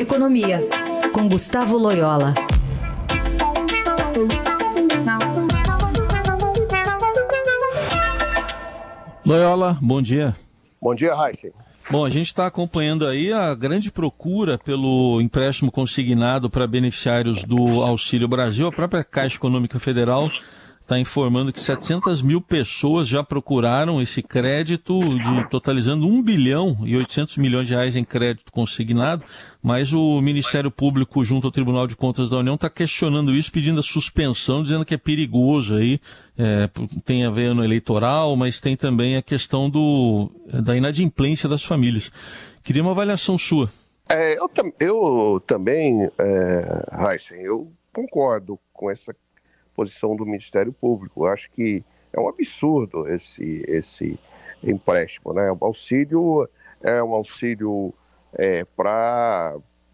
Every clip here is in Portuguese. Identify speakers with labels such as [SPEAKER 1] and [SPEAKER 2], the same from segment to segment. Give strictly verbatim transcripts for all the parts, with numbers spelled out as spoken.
[SPEAKER 1] Economia, com Gustavo Loyola.
[SPEAKER 2] Loyola, bom dia.
[SPEAKER 3] Bom dia, Raíssa.
[SPEAKER 2] Bom, a gente está acompanhando aí a grande procura pelo empréstimo consignado para beneficiários do Auxílio Brasil. A própria Caixa Econômica Federal está informando que setecentas mil pessoas já procuraram esse crédito, de, totalizando um bilhão e oitocentos milhões de reais em crédito consignado, mas o Ministério Público, junto ao Tribunal de Contas da União, está questionando isso, pedindo a suspensão, dizendo que é perigoso aí, é, tem a ver no eleitoral, mas tem também a questão do, da inadimplência das famílias. Queria uma avaliação sua.
[SPEAKER 3] É, eu, tam, eu também, é, Heisen, eu concordo com essa posição do Ministério Público. Eu acho que é um absurdo esse, esse empréstimo, né? O auxílio é um auxílio é, para,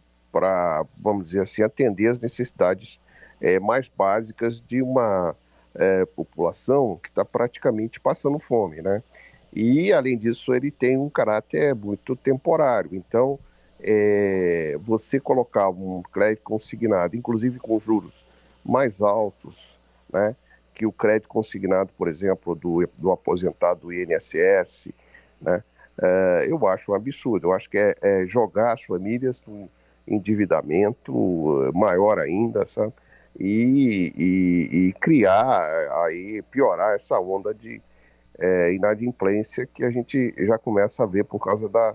[SPEAKER 3] vamos dizer assim, atender as necessidades é, mais básicas de uma é, população que está praticamente passando fome, né? E, além disso, ele tem um caráter muito temporário. Então, é, você colocar um crédito consignado, inclusive com juros mais altos, né, que o crédito consignado, por exemplo, do, do aposentado do I N S S, né, é, eu acho um absurdo. Eu acho que é, é jogar as famílias num endividamento maior ainda, sabe? E, e, e criar, aí, piorar essa onda de é, inadimplência que a gente já começa a ver por causa da,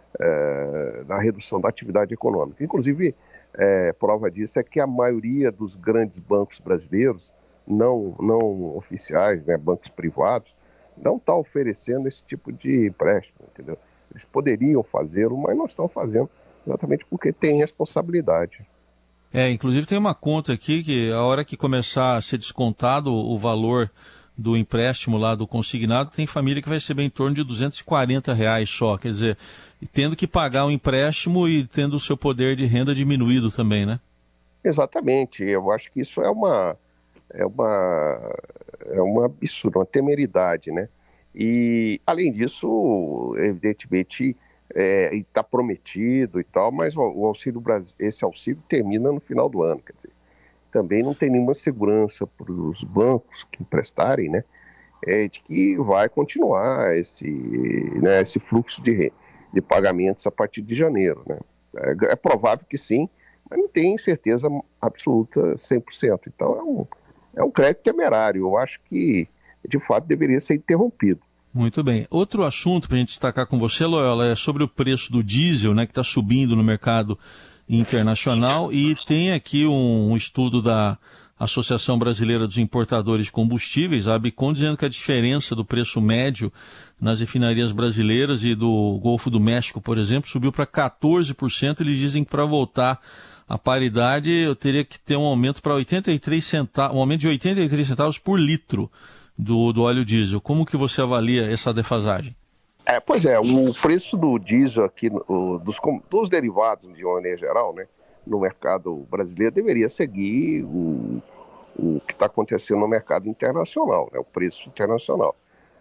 [SPEAKER 3] é, da redução da atividade econômica. Inclusive, É, prova disso é que a maioria dos grandes bancos brasileiros, não, não oficiais, né, bancos privados, não está oferecendo esse tipo de empréstimo, entendeu? Eles poderiam fazê-lo, mas não estão fazendo, exatamente porque tem responsabilidade.
[SPEAKER 2] É, inclusive tem uma conta aqui que a hora que começar a ser descontado o valor do empréstimo lá do consignado, tem família que vai receber em torno de duzentos e quarenta reais só, quer dizer, tendo que pagar o empréstimo e tendo o seu poder de renda diminuído também, né?
[SPEAKER 3] Exatamente, eu acho que isso é uma, é uma, é uma absurdo, uma temeridade, né? E, além disso, evidentemente, está é, prometido e tal, mas o, o auxílio Brasil, esse auxílio termina no final do ano, quer dizer, também não tem nenhuma segurança para os bancos que emprestarem, né, é, de que vai continuar esse, né, esse fluxo de, de pagamentos a partir de janeiro, né. É, é provável que sim, mas não tem certeza absoluta cem por cento. Então é um, é um crédito temerário. Eu acho que, de fato, deveria ser interrompido.
[SPEAKER 2] Muito bem. Outro assunto para a gente destacar com você, Loyola, é sobre o preço do diesel, né, que está subindo no mercado internacional, e tem aqui um, um estudo da Associação Brasileira dos Importadores de Combustíveis, a ABICOM, dizendo que a diferença do preço médio nas refinarias brasileiras e do Golfo do México, por exemplo, subiu para quatorze por cento. Eles dizem que para voltar à paridade eu teria que ter um aumento para oitenta e três centavos, um aumento de oitenta e três centavos por litro do, do óleo diesel. Como que você avalia essa defasagem?
[SPEAKER 3] É, pois é, o preço do diesel aqui, o, dos, dos derivados de uma maneira geral, né, no mercado brasileiro, deveria seguir o, o que está acontecendo no mercado internacional, né, o preço internacional.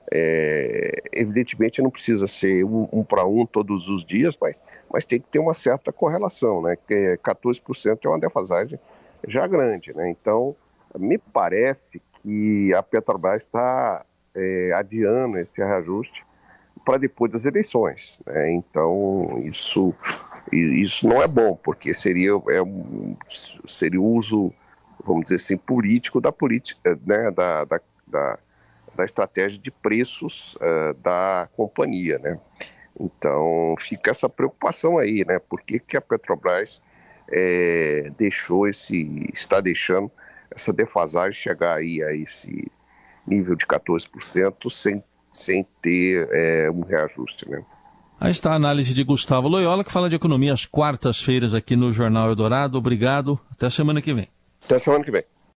[SPEAKER 3] É, evidentemente não precisa ser um, um para um todos os dias, mas, mas tem que ter uma certa correlação, né, que quatorze por cento é uma defasagem já grande, né, então me parece que a Petrobras está é, adiando esse reajuste para depois das eleições, né? Então isso, isso não é bom, porque seria, é um, seria o uso, vamos dizer assim, político da política, né? da, da, da, da estratégia de preços uh, da companhia, né? Então fica essa preocupação aí, né? Por que, que a Petrobras é, deixou esse, está deixando essa defasagem chegar aí a esse nível de quatorze por cento sem sem ter é, um reajuste, né?
[SPEAKER 2] Aí está a análise de Gustavo Loyola, que fala de economia às quartas-feiras aqui no Jornal Eldorado. Obrigado, até semana que vem.
[SPEAKER 3] Até semana que vem.